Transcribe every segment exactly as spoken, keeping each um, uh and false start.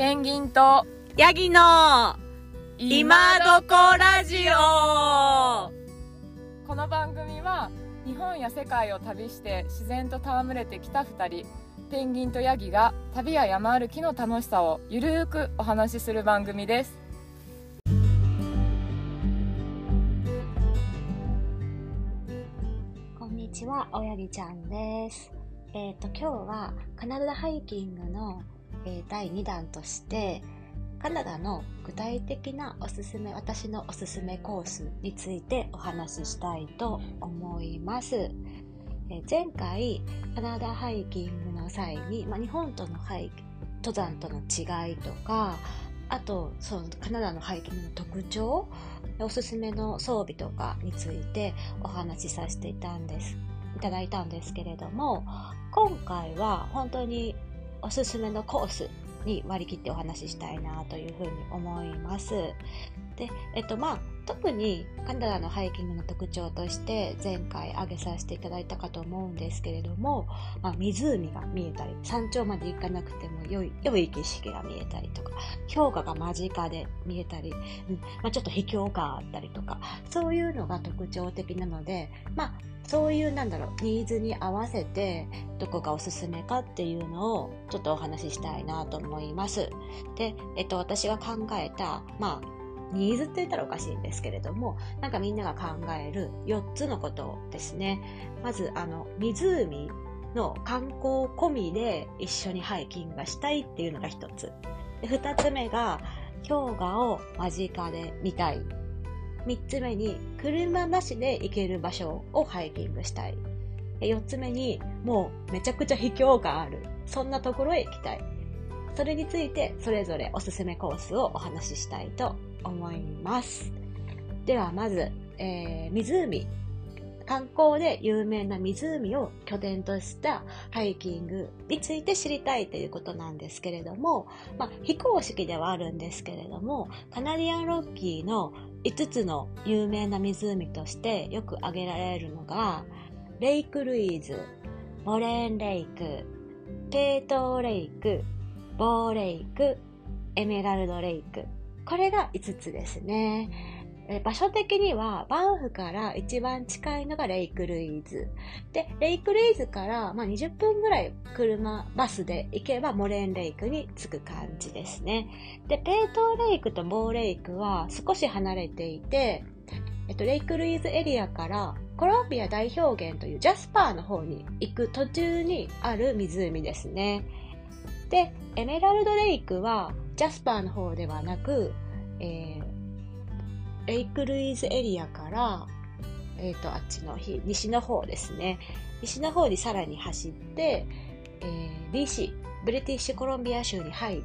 ペンギンとヤギの今どこラジオ。 この番組は日本や世界を旅して自然と戯れてきたふたり、ペンギンとヤギが旅や山歩きの楽しさをゆるーくお話しする番組です。 こんにちは、おやぎちゃんです。えっと今日はカナダハイキングの、えー、だいにだんとしてカナダの具体的なおすすめ、私のおすすめコースについてお話ししたいと思います。えー、前回カナダハイキングの際に、まあ、日本とのハイ登山との違いとか、あとそのカナダのハイキングの特徴、おすすめの装備とかについてお話しさせていたんですいただいたんですけれども、今回は本当におすすめのコースに割り切ってお話ししたいなというふうに思います。で、えっとまあ特にカナダのハイキングの特徴として前回挙げさせていただいたかと思うんですけれども、まあ、湖が見えたり、山頂まで行かなくても良い良い景色が見えたりとか、氷河が間近で見えたり、うんまあ、ちょっと秘境があったりとか、そういうのが特徴的なので、まあそういうなんだろうニーズに合わせてどこがおすすめかっていうのをちょっとお話ししたいなと思います。で、えっと私が考えたまあニーズって言ったらおかしいんですけれども、なんかみんなが考えるよっつのことですね。まずあの湖の観光込みで一緒にハイキングがしたいっていうのが一つで、二つ目が氷河を間近で見たい、三つ目に車なしで行ける場所をハイキングしたい、四つ目にもうめちゃくちゃ秘境がある、そんなところへ行きたい。それについてそれぞれおすすめコースをお話ししたいと思います。ではまず、えー、湖、観光で有名な湖を拠点としたハイキングについて知りたいということなんですけれども、まあ、非公式ではあるんですけれども、カナディアンロッキーのいつつの有名な湖としてよく挙げられるのがレイクルイーズ、モレーンレイク、ペートーレイク、ボーレイク、エメラルドレイク、これがいつつですね。え場所的にはバンフから一番近いのがレイクルイーズで、レイクルイーズから、まあ、にじゅっぷんぐらい車バスで行けばモレーンレイクに着く感じですね。で、ペートーレイクとボーレイクは少し離れていて、えっと、レイクルイーズエリアからコロンビア大氷原というジャスパーの方に行く途中にある湖ですね。で、エメラルドレイクはジャスパーの方ではなく、えー、レイクルイーズエリアから、えーと、あっちの西の方ですね。西の方にさらに走って、えー、ビーシー、ブリティッシュコロンビア州に入って、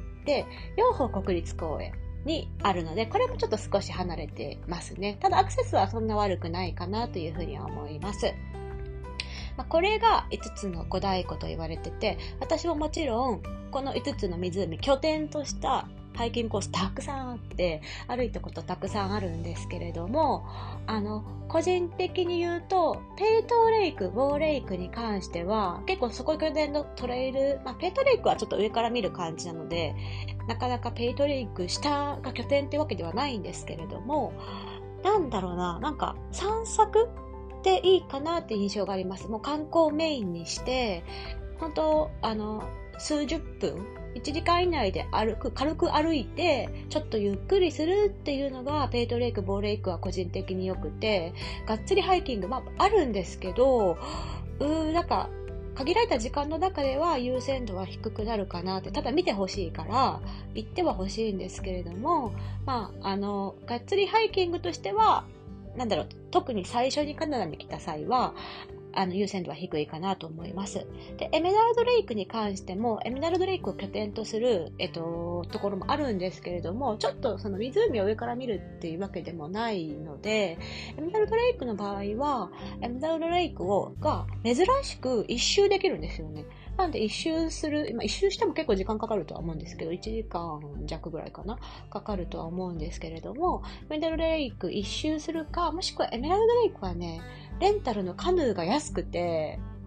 両方国立公園にあるので、これもちょっと少し離れてますね。ただアクセスはそんな悪くないかなというふうには思います。まあ、これがいつつの五大湖と言われてて、私ももちろんこのいつつの湖拠点としたハイキングコースたくさんあって、歩いたことたくさんあるんですけれども、あの個人的に言うとペートーレイク、ボーレイクに関しては結構そこ拠点のトレイル、まあ、ペートーレイクはちょっと上から見る感じなので、なかなかペートーレイク下が拠点ってわけではないんですけれども、なんだろうな、なんか散策でいいかなって印象があります。もう観光メインにして、本当あの数十分、いちじかん以内で歩く、軽く歩いてちょっとゆっくりするっていうのがペートーレイク、ボーレイクは個人的によくて、がっつりハイキング、まああるんですけど、うーなんか限られた時間の中では優先度は低くなるかなって、ただ見てほしいから行ってはほしいんですけれども、まああのがっつりハイキングとしてはなんだろう、特に最初にカナダに来た際はあの優先度は低いかなと思います。で、エメラルドレイクに関してもエメラルドレイクを拠点とする、えっと、ところもあるんですけれども、ちょっとその湖を上から見るっていうわけでもないので、エメラルドレイクの場合はエメラルドレイクをが珍しく一周できるんですよね。なんで一周する、今一周しても結構時間かかるとは思うんですけど、いちじかんじゃくぐらいかなかかるとは思うんですけれども、エメラルドレイク一周するか、もしくはエメラルドレイクはね、レンタルのカヌーが安くて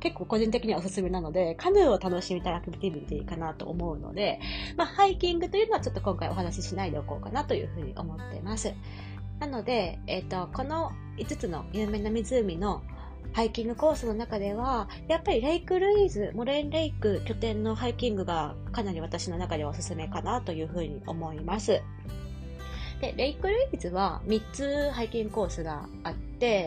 結構個人的にはおすすめなので、カヌーを楽しみたいアクティビティかなと思うので、まあ、ハイキングというのはちょっと今回お話ししないでおこうかなというふうに思っています。なので、えっと、このいつつの有名な湖のハイキングコースの中では、やっぱりレイクルイズ、モレンレイク拠点のハイキングがかなり私の中ではおすすめかなというふうに思います。で、レイクルイズはみっつハイキングコースがあって、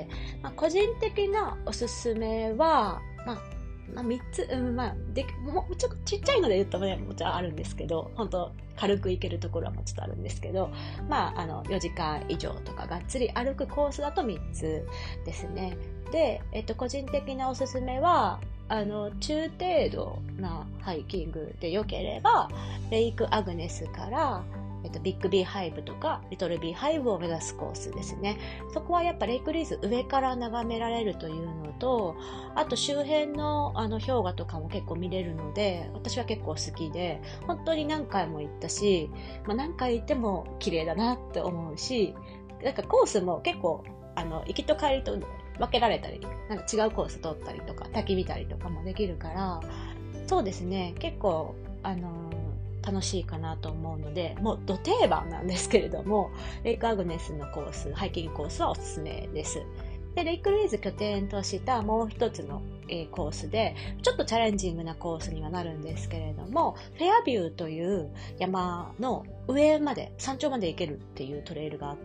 まあ、個人的なおすすめは、まあ、まあ、みっつ、うん、まあ、で、もうちょっとちっちゃいので言ったらもちろんあるんですけど、本当軽く行けるところはもうちょっとあるんですけど、まあ、あの、よじかん以上とかがっつり歩くコースだとみっつですね。で、えっと、個人的なおすすめは、あの、中程度なハイキングで良ければ、レイクアグネスから、えっと、ビッグビーハイブとかリトルビーハイブを目指すコースですね。そこはやっぱレイクルイズ上から眺められるというのと、あと周辺のあの氷河とかも結構見れるので、私は結構好きで、本当に何回も行ったし、まあ、何回行っても綺麗だなって思うし、なんかコースも結構あの行きと帰りと分けられたり、なんか違うコース通ったりとか滝見たりとかもできるから、そうですね、結構あの楽しいかなと思うので、もうド定番なんですけれども、レイクアグネスのコース、ハイキングコースはおすすめです。で、レイクルイズ拠点としたもう一つの、えー、コースで、ちょっとチャレンジングなコースにはなるんですけれども、フェアビューという山の上まで、山頂まで行けるっていうトレイルがあって、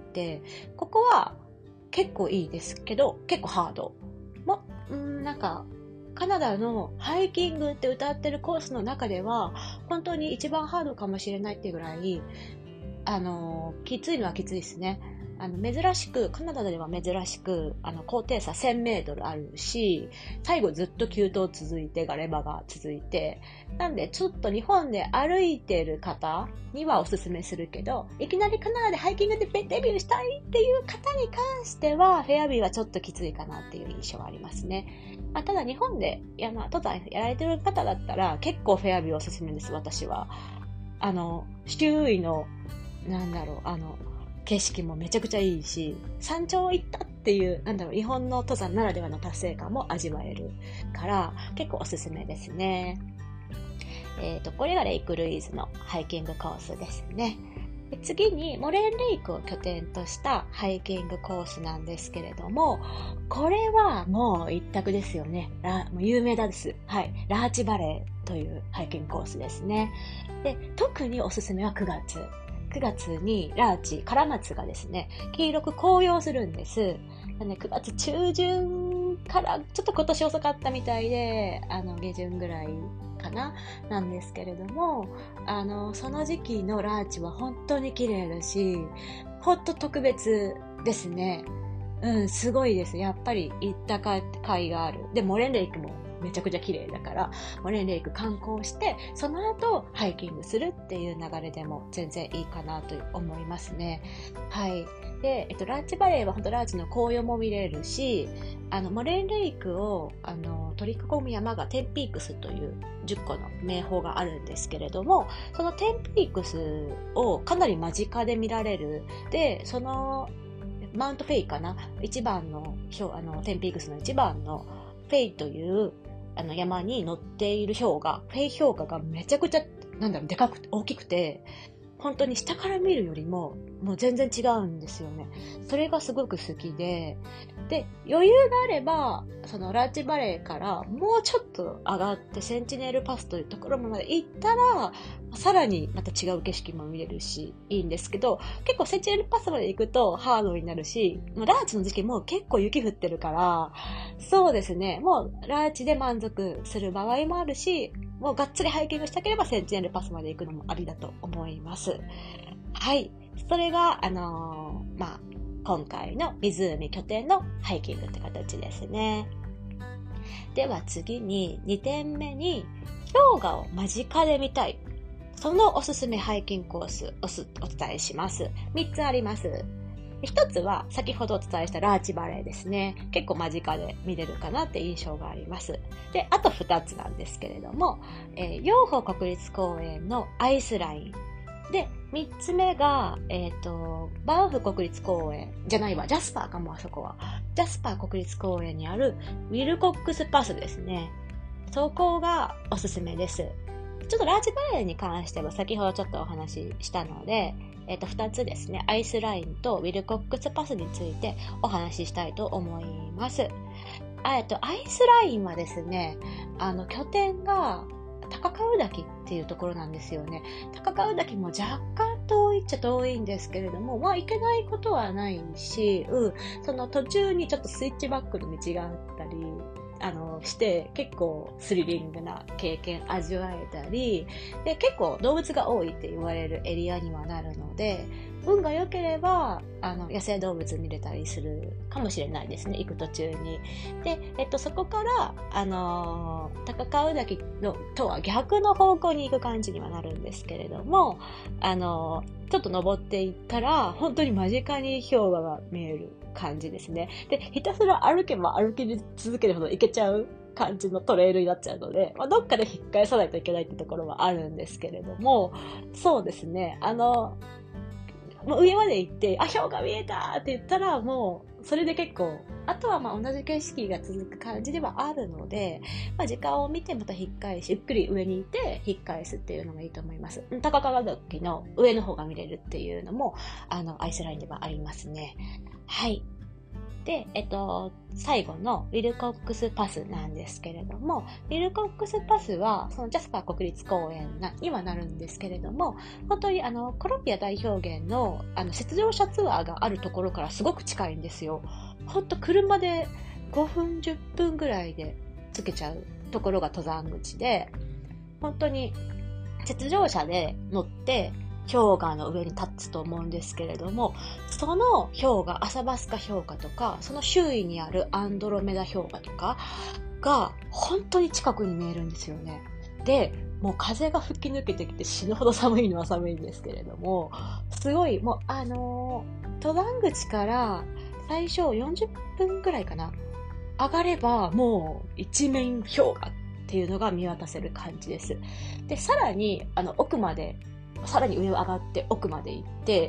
ここは結構いいですけど、結構ハード。も、んなんか、カナダのハイキングって歌ってるコースの中では、本当に一番ハードかもしれないっていうぐらい、あの、きついのはきついですね。あの、珍しく、カナダでは珍しく、あの、高低差せんメートルあるし、最後ずっと急登続いて、ガレ場が続いて、なんでちょっと日本で歩いてる方にはおすすめするけど、いきなりカナダでハイキングでデビューしたいっていう方に関しては、フェアビーはちょっときついかなっていう印象はありますね。まあ、ただ日本で山、登山やられてる方だったら、結構フェアビーおすすめです、私は。あの、周囲の、なんだろう、あの、景色もめちゃくちゃいいし、山頂行ったっていう、なんだろう、日本の登山ならではの達成感も味わえるから、結構おすすめですね。えっと、これがレイクルイズのハイキングコースですね。で、次に、モレンレイクを拠点としたハイキングコースなんですけれども、これはもう一択ですよね。ラもう有名だです。はい。ラーチバレーというハイキングコースですね。で、特におすすめはくがつ。くがつにラーチ、カラマツがですね、黄色く紅葉するんです。くがつ中旬からちょっと今年遅かったみたいで、あの下旬ぐらいかななんですけれども、あのその時期のラーチは本当に綺麗だし、本当特別ですね。うん、すごいです。やっぱり行った甲斐がある。で、モレンレイクもめちゃくちゃ綺麗だから、モレンレイク観光して、その後ハイキングするっていう流れでも全然いいかなと思いますね。はい。で、えっと、ラーチバレーは本当ラーチの紅葉も見れるし、あの、モレンレイクを、あの、取り囲む山がテンピークスというじゅっこの名峰があるんですけれども、そのテンピークスをかなり間近で見られる。で、その、マウントフェイかな一番の、あの、テンピークスの一番のフェイというあの山に乗っている氷河、フェイ氷河がめちゃくちゃ、なんだろう、でかくて、大きくて、本当に下から見るよりも、もう全然違うんですよね。それがすごく好きで、で、余裕があれば、そのラーチバレーからもうちょっと上がってセンチネルパスというところまで行ったら、さらにまた違う景色も見れるし、いいんですけど、結構センチネルパスまで行くとハードになるし、ラーチの時期も結構雪降ってるから、そうですね、もうラーチで満足する場合もあるし、もうがっつりハイキングしたければセンチネルパスまで行くのもありだと思います。はい。それが、あのー、まあ、今回の湖拠点のハイキングって形ですね。では次ににてんめに氷河を間近で見たい。そのおすすめハイキングコースをお伝えします。みっつあります。ひとつは先ほどお伝えしたラーチバレーですね。結構間近で見れるかなって印象があります。で、あとふたつなんですけれども、えー、ヨーホ国立公園のアイスライン。で、三つ目が、えっと、バンフ国立公園、じゃないわ、ジャスパーかも、あそこは。ジャスパー国立公園にあるウィルコックスパスですね。 そこがおすすめです。ちょっとラージバレーに関しては先ほどちょっとお話ししたので、えっと、ふたつですね、アイスラインとウィルコックスパスについてお話ししたいと思います。えっと、アイスラインはですね、あの、拠点が高川滝っていうところなんですよね。高川滝も若干遠いっちゃ遠いんですけれども、まあ行けないことはないし、うん、その途中にちょっとスイッチバックの道があったり、あの、して結構スリリングな経験味わえたり、で、結構動物が多いって言われるエリアにはなるので、運が良ければ、あの、野生動物見れたりするかもしれないですね、行く途中に。で、えっと、そこから、あのー、高川岳のとは逆の方向に行く感じにはなるんですけれども、あのー、ちょっと登っていったら、本当に間近に氷河が見える感じですね。で、ひたすら歩けば歩き続けるほど行けちゃう感じのトレイルになっちゃうので、まあ、どっかで引っ返さないといけないってところはあるんですけれども、そうですね、あの、もう上まで行って、あ、氷河見えたって言ったら、もう、それで結構、あとはまあ同じ景色が続く感じではあるので、まあ時間を見てまた引っ返し、ゆっくり上にいて引っ返すっていうのがいいと思います。高川岳の上の方が見れるっていうのも、あの、アイスラインではありますね。はい。で、えっと、最後のウィルコックスパスなんですけれども、ウィルコックスパスは、そのジャスパー国立公園にはなるんですけれども、本当にあの、コロンビア大氷原の、あの、雪上車ツアーがあるところからすごく近いんですよ。本当車でごふん、じゅっぷんぐらいで着けちゃうところが登山口で、本当に雪上車で乗って、氷河の上に立つと思うんですけれども、その氷河、アサバスカ氷河とか、その周囲にあるアンドロメダ氷河とかが本当に近くに見えるんですよね。で、もう風が吹き抜けてきて死ぬほど寒いのは寒いんですけれども、すごい、もうあのー、登山口から最初よんじゅっぷんぐらいかな、上がればもう一面氷河っていうのが見渡せる感じです。で、さらにあの奥までさらに上を上がって奥まで行って、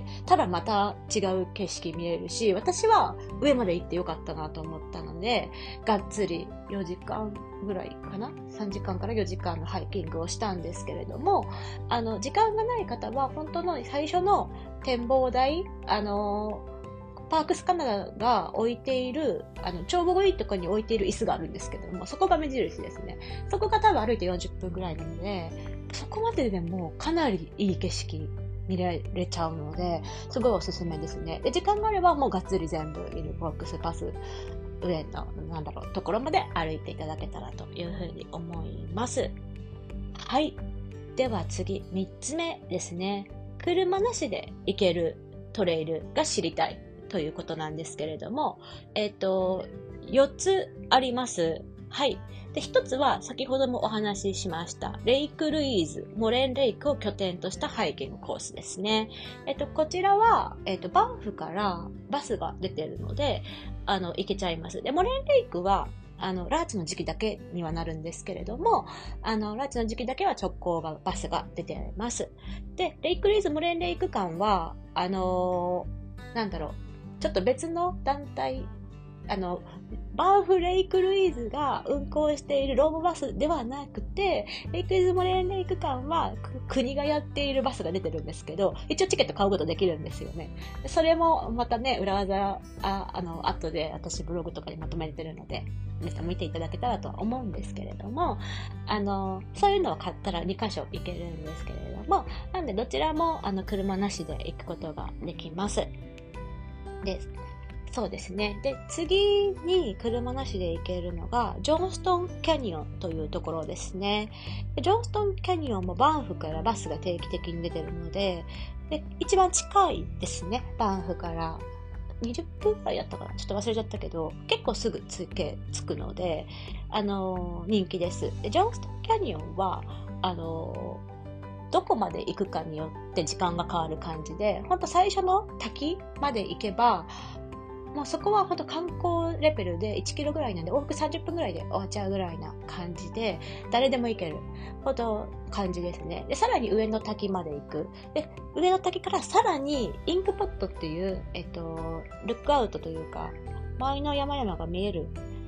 ただまた違う景色見れるし、私は上まで行ってよかったなと思ったので、がっつりよじかんぐらいかな ?さんじかんからよじかんのハイキングをしたんですけれども、あの、時間がない方は本当の最初の展望台、あの、パークスカナダが置いている、あの、ちょうどいいところに置いている椅子があるんですけれども、そこが目印ですね。そこが多分歩いてよんじゅっぷんぐらいなので、そこまででもかなりいい景色見られちゃうので、すごいおすすめですね。で、時間があればもうがっつり全部ウィルコックスパス上の、なんだろう、ところまで歩いていただけたらというふうに思います。はい。では次、みっつめですね。車なしで行けるトレイルが知りたいということなんですけれども、えっと、よっつあります。はい。で、一つは先ほどもお話ししました、レイクルイーズ、モレンレイクを拠点としたハイキングコースですね。えっと、こちらは、えっと、バンフからバスが出てるので、あの、行けちゃいます。で、モレンレイクは、あの、ラーチの時期だけにはなるんですけれども、あの、ラーチの時期だけは直行が、バスが出てます。で、レイクルイーズ、モレンレイク間は、あのー、なんだろう、ちょっと別の団体、あの、バンフレイクルイーズが運行しているロームバスではなくて、レイクイーズモレンレイク間は国がやっているバスが出てるんですけど、一応チケット買うことできるんですよね。それもまたね、裏技、あ、あの、後で私ブログとかにまとめてるので、皆さん見ていただけたらとは思うんですけれども、あの、そういうのを買ったらにかしょ行けるんですけれども、なんでどちらもあの車なしで行くことができます。で、そうですね。で、次に車なしで行けるのが、ジョンストンキャニオンというところですね。でジョンストンキャニオンもバンフからバスが定期的に出てるので、で一番近いですね。バンフからにじゅっぷんくらいだったかな。ちょっと忘れちゃったけど、結構すぐ着け、着くので、あのー、人気です。で、ジョンストンキャニオンは、あのー、どこまで行くかによって時間が変わる感じで、ほんと最初の滝まで行けば、もうそこは本当観光レベルでいちキロぐらいなんで、往復さんじゅっぷんぐらいで終わっちゃうぐらいな感じで、誰でも行けるほど感じですね。で、さらに上の滝まで行く。で、上の滝からさらにインクポットっていう、えっと、ルックアウトというか、周りの山々が見える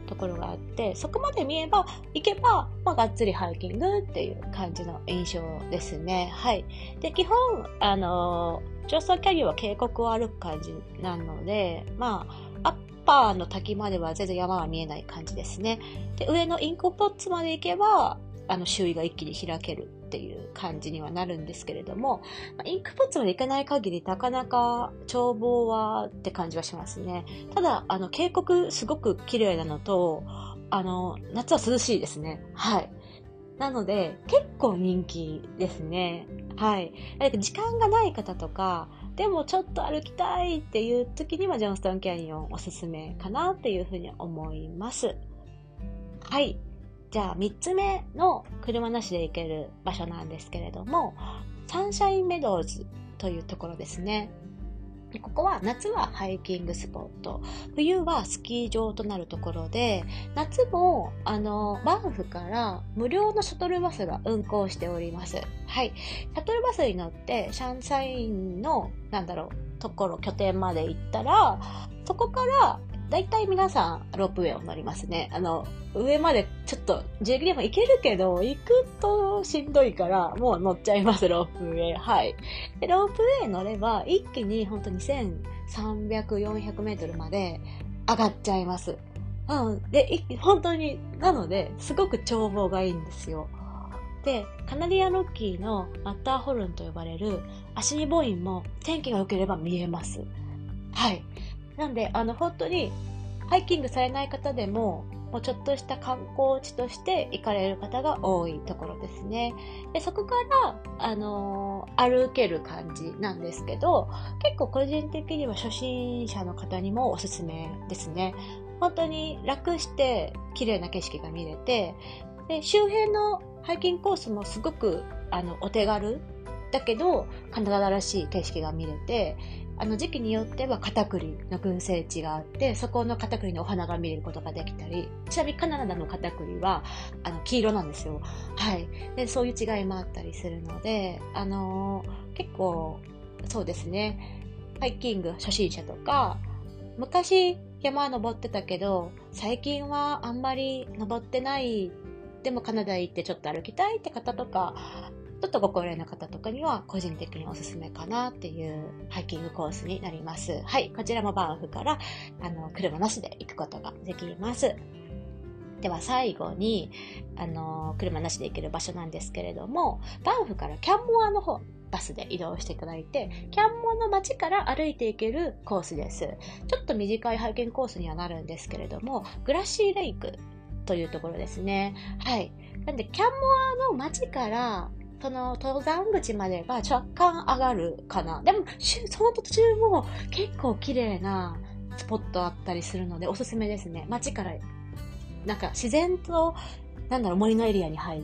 ところがあって、そこまで見えば、行けば、まあ、がっつりハイキングっていう感じの印象ですね。はい。で、基本、あのー、上層キャリアは渓谷を歩く感じなので、まあ、アッパーの滝までは全然山は見えない感じですね。で、上のインクポッツまで行けば、あの、周囲が一気に開けるっていう感じにはなるんですけれども、インクポッツまで行かない限り、なかなか眺望はって感じはしますね。ただ、あの、渓谷すごく綺麗なのと、あの、夏は涼しいですね。はい。なので、結構人気ですね。はい。時間がない方とか、でもちょっと歩きたいっていう時には、ジョンストンキャニオンおすすめかなっていうふうに思います。はい。じゃあみっつめの車なしで行ける場所なんですけれども、サンシャインメドウズというところですね。ここは夏はハイキングスポット、冬はスキー場となるところで、夏もあのバンフから無料のシャトルバスが運行しております。はい、シャトルバスに乗ってサンシャインのなんだろうところ拠点まで行ったら、そこからだいたい皆さんロープウェイを乗りますね。あの上までちょっと自力でも行けるけど行くとしんどいからもう乗っちゃいます、ロープウェイ。はい。でロープウェイ乗れば一気に本当にせんさんびゃく、よんひゃくメートルまで上がっちゃいます。うん。で、本当に、なのですごく眺望がいいんですよ。で、カナディアンロッキーのマッターホルンと呼ばれるアシニボインも天気が良ければ見えます。はい。なんで、あの、本当に、ハイキングされない方でも、もうちょっとした観光地として行かれる方が多いところですね。で、そこから、あのー、歩ける感じなんですけど、結構個人的には初心者の方にもおすすめですね。本当に楽して綺麗な景色が見れて、で、周辺のハイキングコースもすごく、あの、お手軽だけど、カナダらしい景色が見れて、あの時期によってはカタクリの群生地があって、そこのカタクリのお花が見れることができたり、ちなみにカナダのカタクリはあの黄色なんですよ。はい。で、そういう違いもあったりするので、あのー、結構そうですね。ハイキング初心者とか、昔山登ってたけど、最近はあんまり登ってない。でもカナダ行ってちょっと歩きたいって方とか。ちょっとご高齢の方とかには個人的におすすめかなっていうハイキングコースになります。はい。こちらもバンフからあの車なしで行くことができます。では最後にあの車なしで行ける場所なんですけれども、バンフからキャンモアの方バスで移動していただいて、キャンモアの街から歩いていけるコースです。ちょっと短いハイキングコースにはなるんですけれども、グラッシーレイクというところですね。はい。なんでキャンモアの街からその登山口までが若干上がるかな。でも、その途中も結構綺麗なスポットあったりするのでおすすめですね。街から、なんか自然と、なんだろう、森のエリアに入って、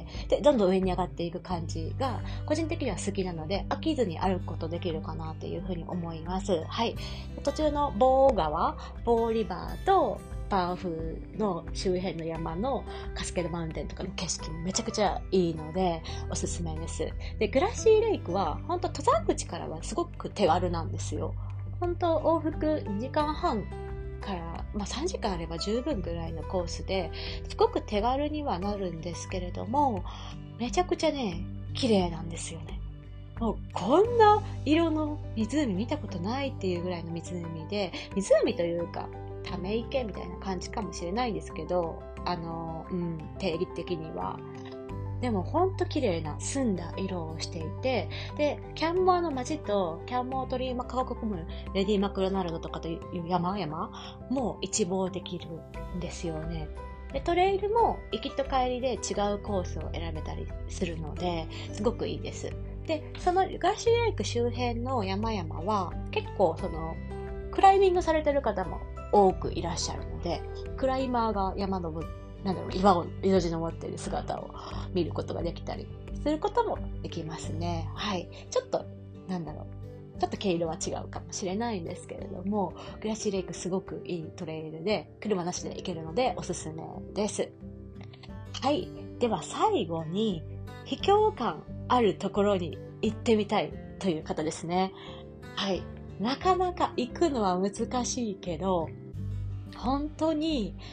で、どんどん上に上がっていく感じが、個人的には好きなので、飽きずに歩くことできるかなっていうふうに思います。はい。途中のボー川、ボーリバーと、バンフの周辺の山のカスケードマウンテンとかの景色もめちゃくちゃいいのでおすすめです。で、グラッシーレイクは本当登山口からはすごく手軽なんですよ。本当往復にじかんはんから、まあ、さんじかんあれば十分ぐらいのコースですごく手軽にはなるんですけれども、めちゃくちゃね、綺麗なんですよね。もうこんな色の湖見たことないっていうぐらいの湖で、湖というかため池みたいな感じかもしれないですけど、あの、うん、定義的には。でもほんと綺麗な澄んだ色をしていて、で、キャンモアの街とキャンモアトリーマ川を囲むレディ・マクドナルドとかという山々も一望できるんですよね。で、トレイルも行きと帰りで違うコースを選べたりするので、すごくいいです。で、そのガーシーレイク周辺の山々は結構そのクライミングされてる方も多くいらっしゃるので、クライマーが山登る、なんだろう、岩をよじ登っている姿を見ることができたりすることもできますね。はい。ちょっと、なんだろう、ちょっと毛色は違うかもしれないんですけれども、グラッシーレイクすごくいいトレイルで、車なしで行けるのでおすすめです。はい。では最後に、秘境感あるところに行ってみたいという方ですね。はい。なかなか行くのは難しいけど、本当に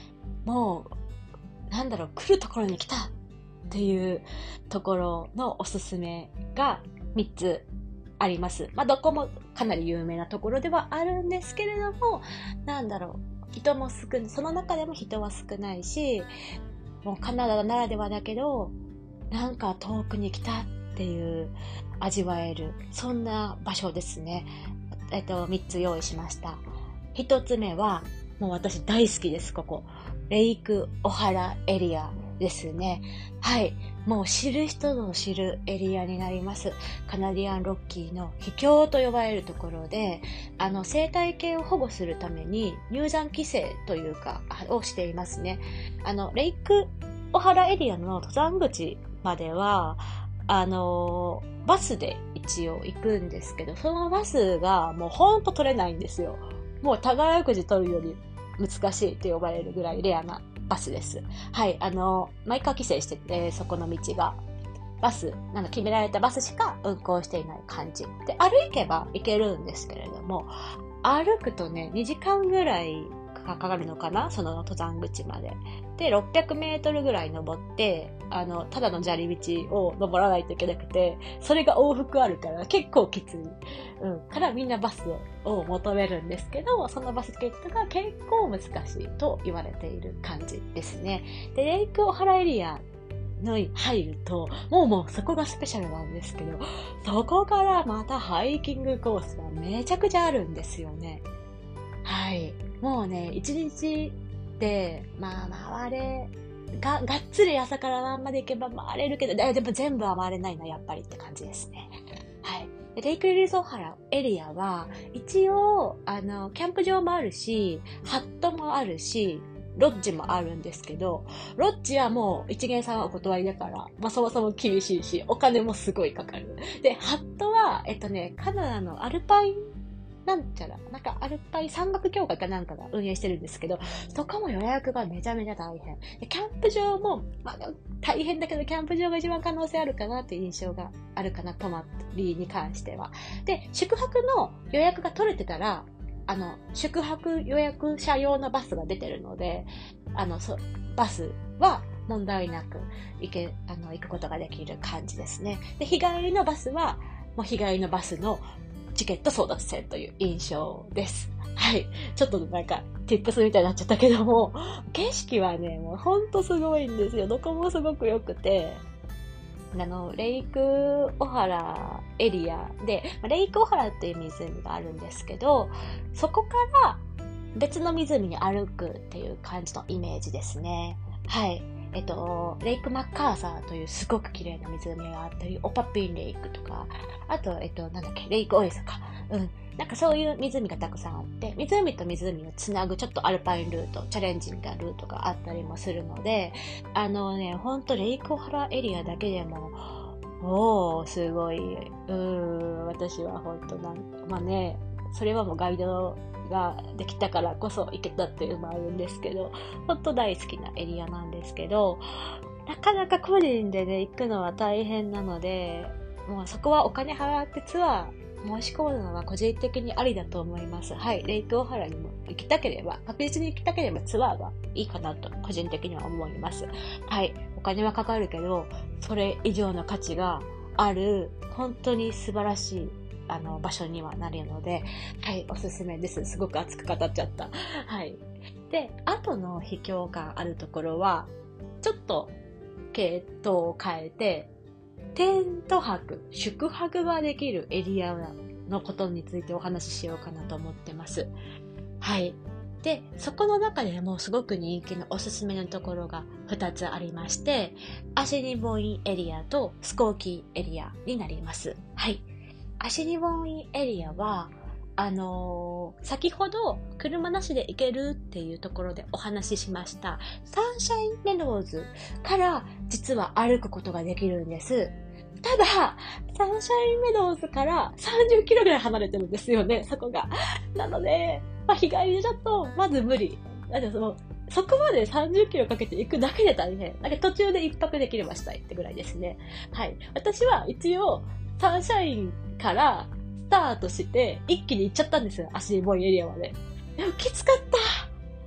もう、なんだろう、来るところに来たっていうところのおすすめがみっつあります。まあ、どこもかなり有名なところではあるんですけれども、なんだろう、人も少ない、その中でも人は少ないし、もうカナダならではだけど、なんか遠くに来たっていう味わえる、そんな場所ですね。えっと、みっつ用意しました。ひとつめは、もう私大好きです、ここ。レイクオハラエリアですね。はい。もう知る人ぞ知るエリアになります。カナディアンロッキーの秘境と呼ばれるところで、あの、生態系を保護するために入山規制というか、をしていますね。あの、レイクオハラエリアの登山口までは、あの、バスで一応行くんですけど、そのバスがもうほんと取れないんですよ。もう宝くじ取るより難しいと呼ばれるぐらいレアなバスです。はい、あの、毎回規制してて、そこの道が。バス、なんか決められたバスしか運行していない感じ。で、歩けば行けるんですけれども、歩くとね、にじかんぐらいかかるのかな、その登山口まで。で、ろっぴゃくメートルぐらい登って、あの、ただの砂利道を登らないといけなくて、それが往復あるから結構きつい。うん。からみんなバスを求めるんですけど、そのバスケットが結構難しいと言われている感じですね。で、レイクオハラエリアに入ると、もうもうそこがスペシャルなんですけど、そこからまたハイキングコースがめちゃくちゃあるんですよね。はい。もうね、一日で、まあ回れ、が、がっつり朝から晩まで行けば回れるけど、でも全部は回れないな、やっぱりって感じですね。はい。でレイクリゾハラエリアは、一応、あの、キャンプ場もあるし、ハットもあるし、ロッジもあるんですけど、ロッジはもう一元さんはお断りだから、まあそもそも厳しいし、お金もすごいかかる。で、ハットは、えっとね、カナダのアルパインなんちゃら、なんかアルパイ山岳協会かなんかが運営してるんですけど、そこも予約がめちゃめちゃ大変。でキャンプ場も、まあ、大変だけど、キャンプ場が一番可能性あるかなっていう印象があるかな、泊まりに関しては。で、宿泊の予約が取れてたら、あの、宿泊予約者用のバスが出てるので、あの、そバスは問題なく行け、あの、行くことができる感じですね。で、日帰りのバスは、もう日帰りのバスのチケット争奪戦という印象です。はい。ちょっとなんか、ティップスみたいになっちゃったけども、景色はね、もうほんとすごいんですよ。どこもすごく良くて、あの、レイクオハラエリアで、レイクオハラっていう湖があるんですけど、そこから別の湖に歩くっていう感じのイメージですね。はい。えっと、レイクマッカーサーというすごく綺麗な湖があったり、オパピンレイクとか、あと、えっと、なんだっけ、レイクオエサか。うん。なんかそういう湖がたくさんあって、湖と湖をつなぐちょっとアルパインルート、チャレンジングなルートがあったりもするので、あのね、ほんとレイクオハラエリアだけでも、おー、すごい、うーん、私はほんとなん、まあね、それはもうガイドができたからこそ行けたっていうのもあるんですけど、ほんと大好きなエリアなんですけど、なかなか個人でね、行くのは大変なので、もうそこはお金払ってツアー、申し込むのは個人的にありだと思います。はい。レイクオハラにも行きたければ、確実に行きたければツアーがいいかなと、個人的には思います。はい。お金はかかるけど、それ以上の価値がある、本当に素晴らしい、あの、場所にはなるので、はい。おすすめです。すごく熱く語っちゃった。はい。で、後の秘境があるところは、ちょっと、系統を変えて、テント泊、宿泊ができるエリアのことについてお話ししようかなと思ってます。はい。で、そこの中でもすごく人気のおすすめのところがふたつありまして、アシニボインエリアとスコーキーエリアになります。はい。アシニボインエリアは、あのー、先ほど車なしで行けるっていうところでお話ししましたサンシャインメドウズから実は歩くことができるんです。ただ、サンシャインメドウズからさんじゅっキロぐらい離れてるんですよね、そこが。なので、まあ、日帰りだとまず無理。だってその、そこまでさんじゅっキロかけて行くだけで大変。なんか途中で一泊できればしたいってぐらいですね。はい。私は一応、サンシャインからスタートして、一気に行っちゃったんですよ、アシニボインエリアまで。でもきつかった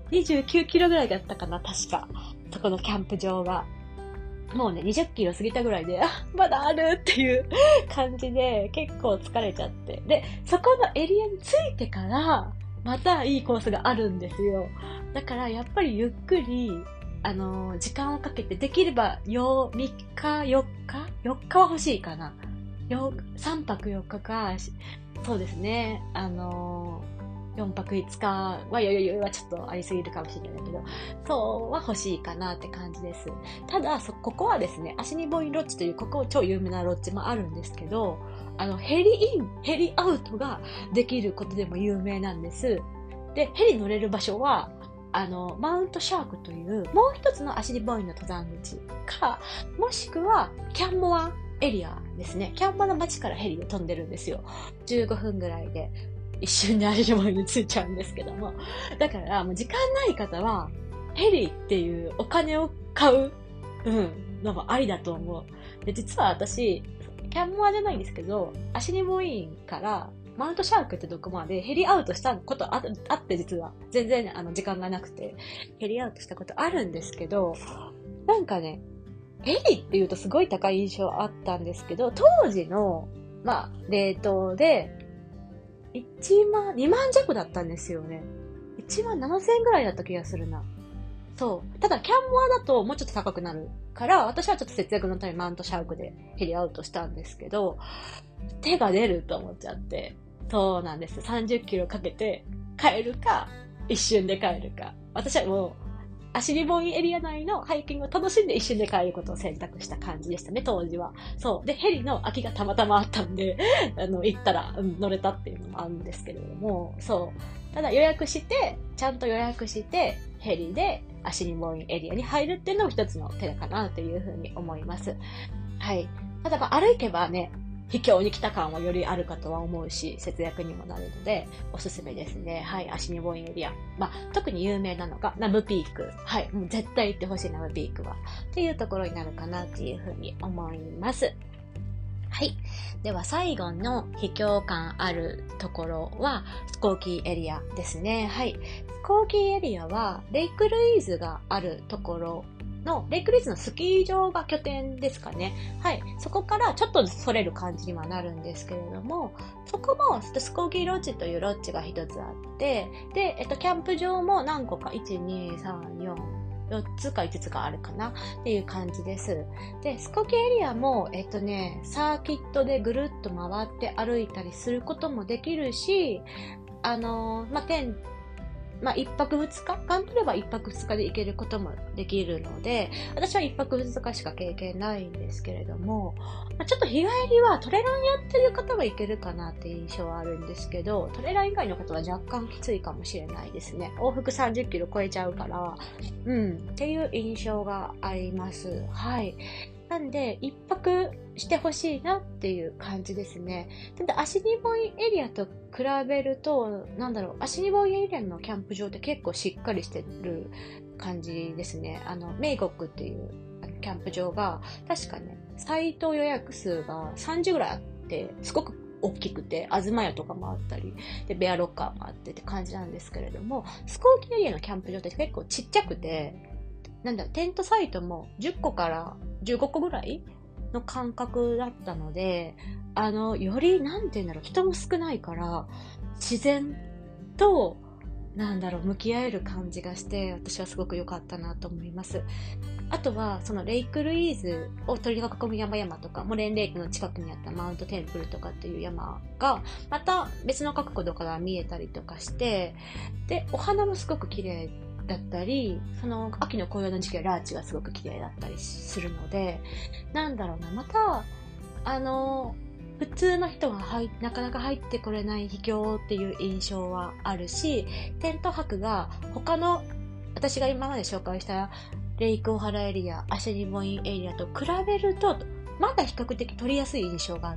にじゅうきゅうキロぐらいだったかな、確か。そこのキャンプ場が。もうね、にじゅっキロ過ぎたぐらいで、あ、まだあるっていう感じで、結構疲れちゃって。で、そこのエリアに着いてから、またいいコースがあるんですよ。だから、やっぱりゆっくり、あのー、時間をかけて、できれば、よ、みっか、よっか ?よっかは欲しいかな。よ、さんぱくよっかか、そうですね。あのー、よんぱくいつかは余裕はちょっとありすぎるかもしれないけど、そうは欲しいかなって感じです。ただ、そ、ここはですね、アシニボインロッジという、ここ超有名なロッジもあるんですけど、あの、ヘリイン、ヘリアウトができることでも有名なんです。で、ヘリ乗れる場所は、あの、マウントシャークという、もう一つのアシニボインの登山口か、もしくは、キャンモアエリアですね。キャンモアの街からヘリで飛んでるんですよ。じゅうごふんぐらいで。一瞬でアシニボインに着いちゃうんですけども。だから、もう時間ない方は、ヘリっていうお金を買う、うん、のもありだと思う。で、実は私、キャンモアじゃないんですけど、アシニボインからマウントシャークってとこまでヘリアウトしたことああって実は。全然あの時間がなくて、ヘリアウトしたことあるんですけど、なんかね、ヘリって言うとすごい高い印象あったんですけど、当時の、まあ、レートで、いちまん、にまん弱だったんですよね。いちまんななせんえんぐらいだった気がするな。そう。ただ、キャンモアだともうちょっと高くなるから、私はちょっと節約のためにマウントシャークでヘリアウトしたんですけど、手が出ると思っちゃって、そうなんです。さんじゅっキロかけて帰るか、一瞬で帰るか。私はもう、アシニボインエリア内のハイキングを楽しんで一瞬で帰ることを選択した感じでしたね、当時は。そう。で、ヘリの空きがたまたまあったんで、あの、行ったら、うん、乗れたっていうのもあるんですけれども、そう。ただ予約して、ちゃんと予約して、ヘリでアシニボインエリアに入るっていうのも一つの手かなというふうに思います。はい。ただ、まあ、歩けばね、秘境に来た感はよりあるかとは思うし、節約にもなるので、おすすめですね。はい、アシニボインエリア。まあ、特に有名なのが、ナムピーク。はい、もう絶対行ってほしい、ナムピークは。っていうところになるかなっていうふうに思います。はい。では最後の秘境感あるところは、スコーキーエリアですね。はい。スコーキーエリアは、レイクルイーズがあるところの、レイクルイーズのスキー場が拠点ですかね。はい。そこからちょっとそれる感じにはなるんですけれども、そこもスコーキーロッジというロッジが一つあって、で、えっと、キャンプ場も何個か、いち、に、さん、よん、よっつかいつつかあるかなっていう感じです。で、スコーキーエリアも、えっとね、サーキットでぐるっと回って歩いたりすることもできるし、あのー、まあ、テンまあ、一泊二日頑張れば一泊二日で行けることもできるので、私は一泊二日しか経験ないんですけれども、まあ、ちょっと日帰りはトレランやってる方は行けるかなっていう印象はあるんですけど、トレラン以外の方は若干きついかもしれないですね。往復さんじゅっキロ超えちゃうから、うん、っていう印象があります。はい。なんで、一泊してほしいなっていう感じですね。ただ、アシニボインエリアと比べると、なんだろう、アシニボインエリアのキャンプ場って結構しっかりしてる感じですね。あの、メイゴックっていうキャンプ場が、確かね、サイト予約数がさんじゅうぐらいあって、すごく大きくて、あずまやとかもあったり、で、ベアロッカーもあってって感じなんですけれども、スコーキーエリアのキャンプ場って結構ちっちゃくて、なんだ、テントサイトもじゅっこからじゅうごこぐらいの間隔だったので、あの、より、なんて言うんだろう、人も少ないから、自然と、なんだろう、向き合える感じがして、私はすごく良かったなと思います。あとは、そのレイクルイーズを取り囲む山々とか、モレンレイクの近くにあったマウントテンプルとかっていう山が、また別の角度から見えたりとかして、で、お花もすごく綺麗だったり、その秋の紅葉の時期はラーチがすごく綺麗だったりするので、なんだろうな、また、あの、普通の人は入なかなか入ってこれない秘境っていう印象はあるし、テント泊が他の、私が今まで紹介したレイクオハラエリア、アシニボインエリアと比べると、まだ比較的取りやすい印象があって、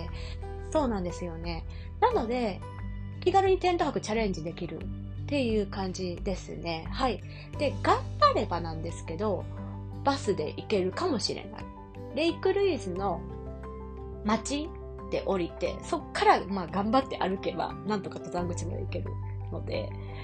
そうなんですよね。なので、気軽にテント泊チャレンジできるっていう感じですね。はい。で、頑張ればなんですけど、バスで行けるかもしれない。レイクルイーズの街で降りて、そっからまあ頑張って歩けば、なんとか登山口まで行けるので、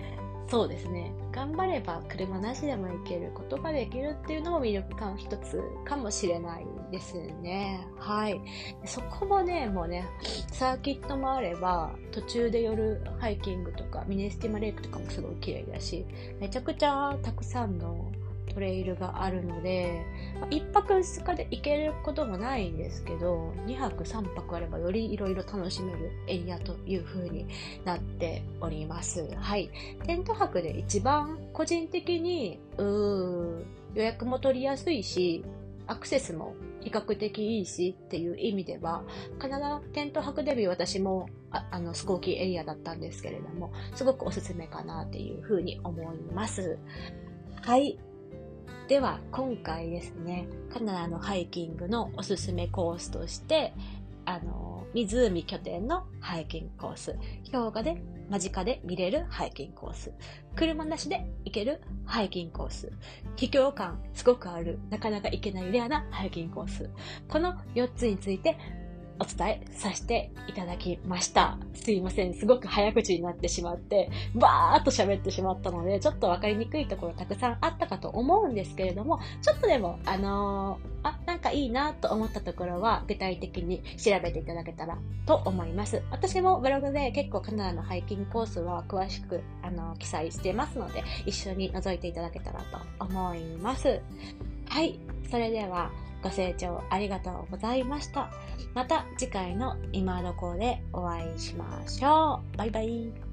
そうですね。頑張れば車なしでも行けることができるっていうのも魅力感一つかもしれないですね。はい。そこもね、もうね、サーキットもあれば、途中で夜ハイキングとか、ミネスティマレイクとかもすごい綺麗だし、めちゃくちゃたくさんのトレイルがあるので、いっぱくふつかで行けることもないんですけど、にはくさんぱくあればよりいろいろ楽しめるエリアという風になっております。はい。テント泊で一番個人的にうー予約も取りやすいし、アクセスも比較的いいしっていう意味では、カナダテント泊デビュー私もああのスコーキーエリアだったんですけれども、すごくおすすめかなっていう風に思います。はい。では今回ですね、カナダのハイキングのおすすめコースとして、あの湖拠点のハイキングコース、氷河で間近で見れるハイキングコース、車なしで行けるハイキングコース、秘境感すごくあるなかなか行けないレアなハイキングコース、このよっつについてお伝えさせていただきました。すいません。すごく早口になってしまって、バーっと喋ってしまったので、ちょっとわかりにくいところたくさんあったかと思うんですけれども、ちょっとでも、あのー、あ、なんかいいなと思ったところは、具体的に調べていただけたらと思います。私もブログで結構カナダのハイキングコースは詳しく、あのー、記載してますので、一緒に覗いていただけたらと思います。はい。それでは、ご清聴ありがとうございました。また次回の今どこでお会いしましょう。バイバイ。